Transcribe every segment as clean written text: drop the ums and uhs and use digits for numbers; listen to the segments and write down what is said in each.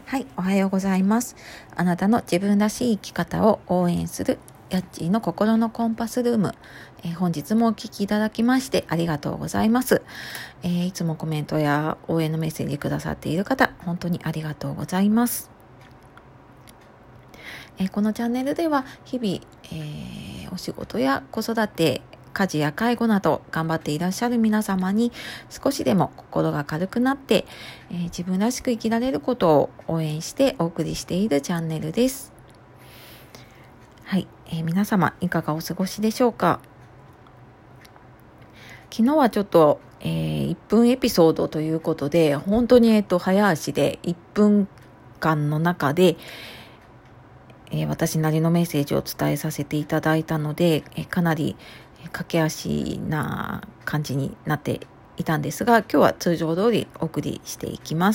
はい、おはようございます。あなたの自分らしい生き方を応援するヤッチーの心のコンパスルーム。本日もお聞きいただきましてありがとうございます。いつもコメントや応援のメッセージくださっている方、本当にありがとうございます。このチャンネルでは日々、お仕事や子育て、家事や介護など頑張っていらっしゃる皆様に少しでも心が軽くなって、自分らしく生きられることを応援してお送りしているチャンネルです。はい、皆様いかがお過ごしでしょうか。昨日はちょっと、1分エピソードということで本当に早足で1分間の中で私なりのメッセージを伝えさせていただいたので、かなり駆け足な感じになっていたんですが、今日は通常通りお送りしていきます。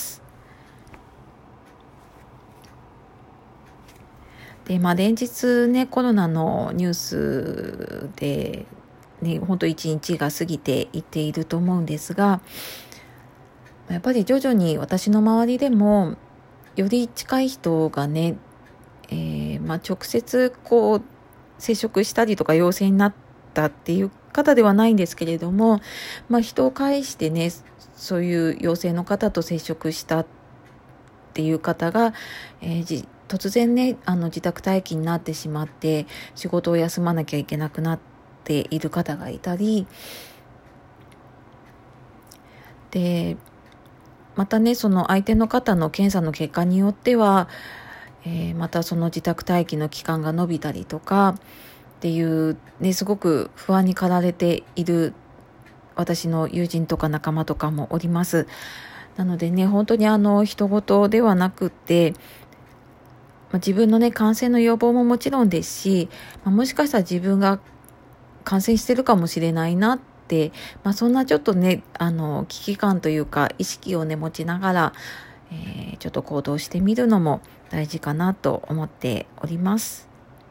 で、連日ね、コロナのニュースでね、本当一日が過ぎていっていると思うんですが、やっぱり徐々に私の周りでもより近い人がね、直接接触したりとか陽性になったっていう方ではないんですけれども、人を介してね、そういう陽性の方と接触したっていう方が、突然ね自宅待機になってしまって仕事を休まなきゃいけなくなっている方がいたりで、またねその相手の方の検査の結果によってはまたその自宅待機の期間が延びたりとかっていう、ね、すごく不安に駆られている私の友人とか仲間とかもおります。なのでね、本当に人事ではなくって、自分のね感染の予防ももちろんですし、もしかしたら自分が感染してるかもしれないなって、そんなちょっとね危機感というか意識をね持ちながらちょっと行動してみるのも大事かなと思っております。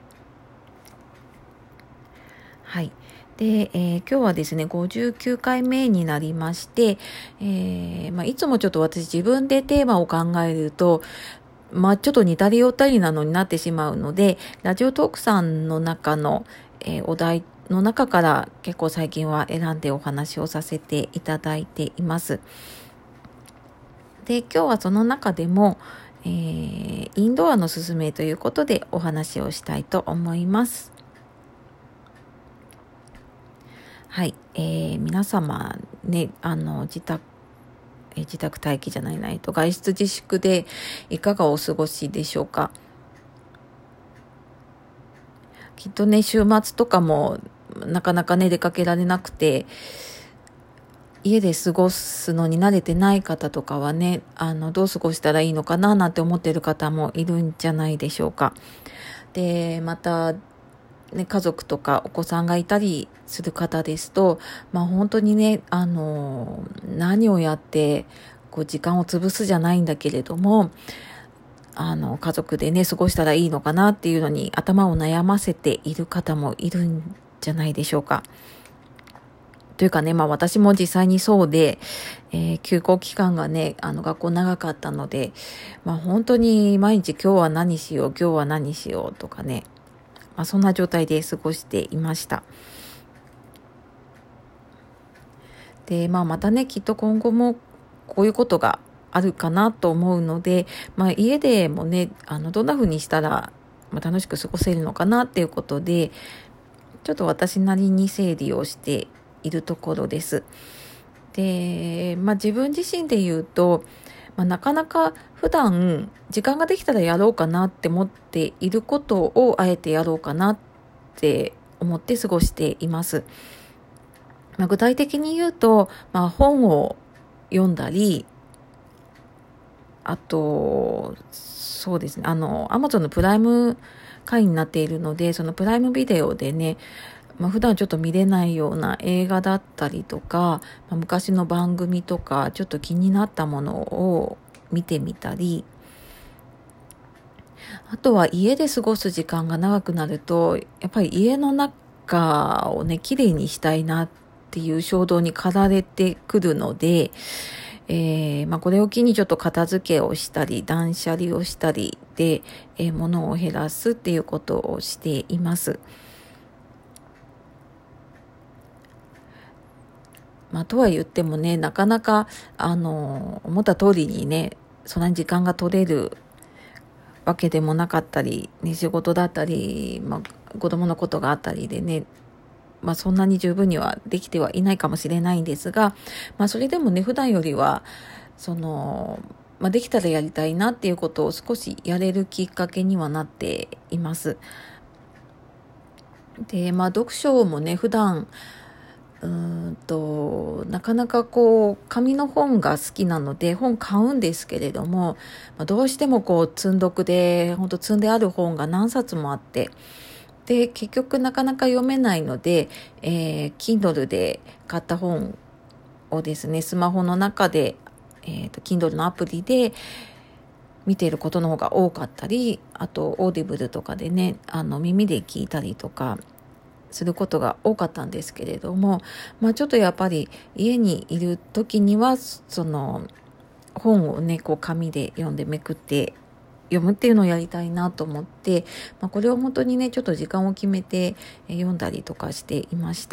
はい。で、今日はですね59回目になりまして、いつもちょっと私自分でテーマを考えるとちょっと似たり寄ったりなのになってしまうので、ラジオトークさんの中の、お題の中から結構最近は選んでお話をさせていただいています。で、今日はその中でも、インドアのすすめということでお話をしたいと思います。はい、皆様ね、自宅待機じゃない外出自粛でいかがお過ごしでしょうか。きっとね、週末とかもなかなかね出かけられなくて、家で過ごすのに慣れてない方とかはね、どう過ごしたらいいのかななんて思っている方もいるんじゃないでしょうか。で、またね、家族とかお子さんがいたりする方ですと、本当にね、何をやって時間を潰すじゃないんだけれども、家族でね過ごしたらいいのかなっていうのに頭を悩ませている方もいるんじゃないでしょうか。というかね、私も実際にそうで、休校期間がね学校長かったので、本当に毎日今日は何しようとかね、そんな状態で過ごしていました。で、またねきっと今後もこういうことがあるかなと思うので、家でもねどんな風にしたら楽しく過ごせるのかなっていうことで、ちょっと私なりに整理をしているところです。で、自分自身で言うと、なかなか普段時間ができたらやろうかなって思っていることをあえてやろうかなって思って過ごしています。具体的に言うと、本を読んだり、あとそうですね、Amazon のプライム会員になっているので、そのプライムビデオでね、普段ちょっと見れないような映画だったりとか、昔の番組とかちょっと気になったものを見てみたり、あとは家で過ごす時間が長くなるとやっぱり家の中をねきれいにしたいなっていう衝動に駆られてくるので、 これを機にちょっと片付けをしたり、断捨離をしたりで、物を減らすっていうことをしています。とは言ってもね、なかなか、思った通りにね、そんなに時間が取れるわけでもなかったり、ね、仕事だったり、子供のことがあったりでね、そんなに十分にはできてはいないかもしれないんですが、それでもね、普段よりは、できたらやりたいなっていうことを少しやれるきっかけにはなっています。で、読書もね、普段、なかなか紙の本が好きなので本買うんですけれども、どうしても積んどくで本当積んである本が何冊もあって、で結局なかなか読めないので、Kindle で買った本をですね、スマホの中で、Kindle のアプリで見ていることの方が多かったり、あとオーディブルとかでね、耳で聞いたりとかすることが多かったんですけれども、ちょっとやっぱり家にいる時にはその本をね、紙で読んでめくって読むっていうのをやりたいなと思って、これを本当にね、ちょっと時間を決めて読んだりとかしていました。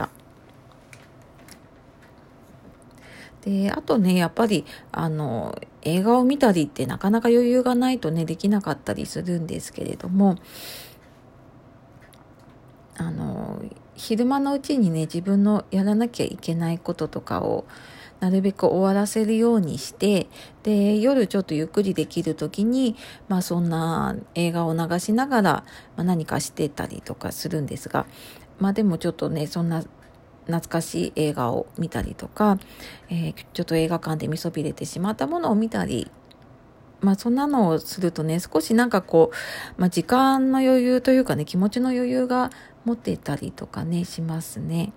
で、あとね、やっぱり映画を見たりってなかなか余裕がないとね、できなかったりするんですけれども、昼間のうちにね、自分のやらなきゃいけないこととかをなるべく終わらせるようにして、で、夜ちょっとゆっくりできる時に、そんな映画を流しながら、何かしてたりとかするんですが、でもちょっとね、そんな懐かしい映画を見たりとか、ちょっと映画館で見そびれてしまったものを見たり、そんなのをするとね、少し時間の余裕というかね、気持ちの余裕が持ってたりとかね、しますね。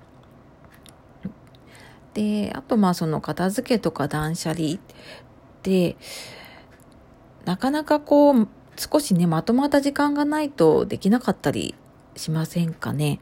で、あとその片付けとか断捨離で、なかなか少しね、まとまった時間がないとできなかったりしませんかね。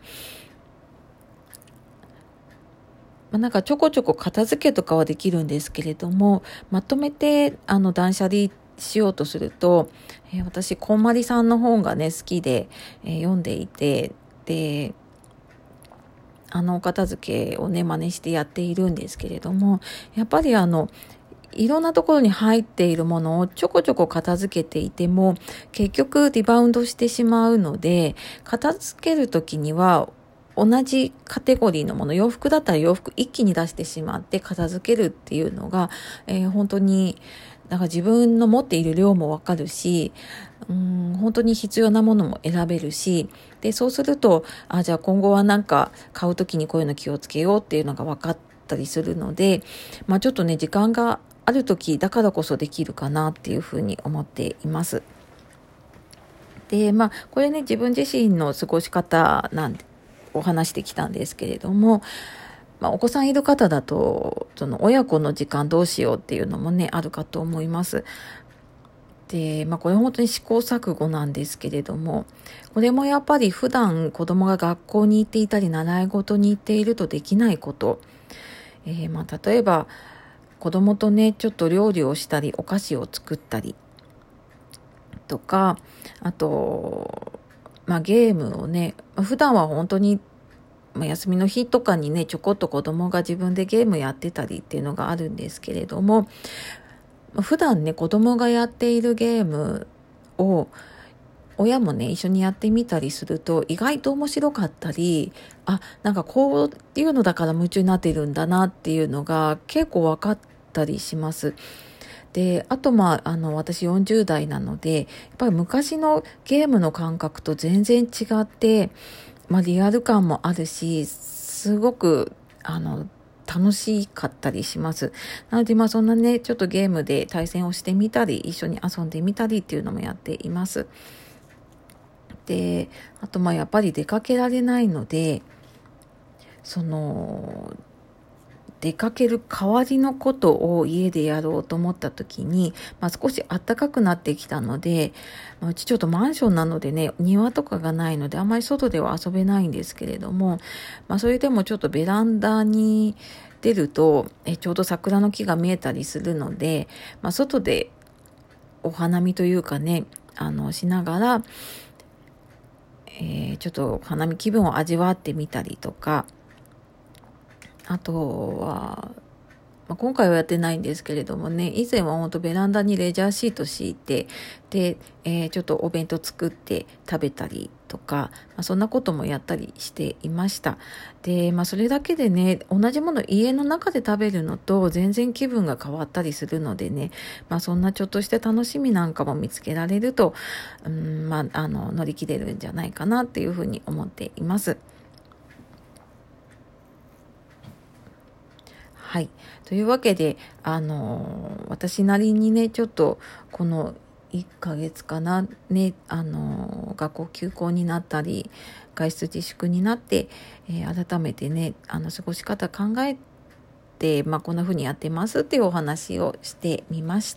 ちょこちょこ片付けとかはできるんですけれども、まとめて断捨離しようとすると、私こんまりさんの本がね好きで、読んでいて、でお片付けをね真似してやっているんですけれども、やっぱりいろんなところに入っているものをちょこちょこ片付けていても結局リバウンドしてしまうので、片付けるときには同じカテゴリーのもの、洋服だったら洋服一気に出してしまって片付けるっていうのが、本当に自分の持っている量もわかるし、本当に必要なものも選べるし、でそうするとじゃあ今後は買うときにこういうの気をつけようっていうのが分かったりするので、ちょっとね時間があるときだからこそできるかなっていうふうに思っています。でこれね自分自身の過ごし方なんでお話してきたんですけれども、お子さんいる方だとその親子の時間どうしようっていうのもねあるかと思います。で、これ本当に試行錯誤なんですけれども、これもやっぱり普段子供が学校に行っていたり習い事に行っているとできないこと、例えば子供とねちょっと料理をしたりお菓子を作ったりとか、あとゲームをね、普段は本当に、休みの日とかにね、ちょこっと子供が自分でゲームやってたりっていうのがあるんですけれども、普段ね、子供がやっているゲームを、親もね、一緒にやってみたりすると、意外と面白かったり、こういうのだから夢中になっているんだなっていうのが結構分かったりします。で、あと私40代なので、やっぱり昔のゲームの感覚と全然違って、リアル感もあるし、すごく楽しかったりします。なのでそんなね、ちょっとゲームで対戦をしてみたり、一緒に遊んでみたりっていうのもやっています。で、あとやっぱり出かけられないので、出かける代わりのことを家でやろうと思った時に、少し暖かくなってきたので、うちちょっとマンションなのでね、庭とかがないのであんまり外では遊べないんですけれども、それでもちょっとベランダに出ると、ちょうど桜の木が見えたりするので、外でお花見というかね、しながら、ちょっと花見気分を味わってみたりとか、あとは、今回はやってないんですけれどもね、以前は本当ベランダにレジャーシート敷いて、で、ちょっとお弁当作って食べたりとか、そんなこともやったりしていました。で、それだけでね、同じもの家の中で食べるのと全然気分が変わったりするのでね、そんなちょっとした楽しみなんかも見つけられると、乗り切れるんじゃないかなっていうふうに思っています。はい。というわけで、私なりにね、ちょっと、この1ヶ月かな、ね、学校休校になったり、外出自粛になって、改めてね、過ごし方考えて、こんな風にやってますっていうお話をしてみました。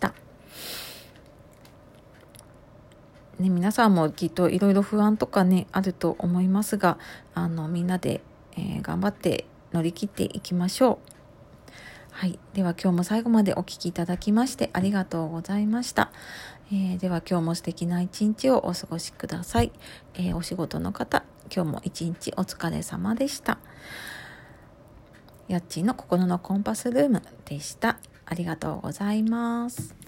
ね、皆さんもきっといろいろ不安とかね、あると思いますが、みんなで、頑張って乗り切っていきましょう。はい。では今日も最後までお聞きいただきましてありがとうございました。では今日も素敵な一日をお過ごしください。お仕事の方、今日も一日お疲れ様でした。やっちーの心のコンパスルームでした。ありがとうございます。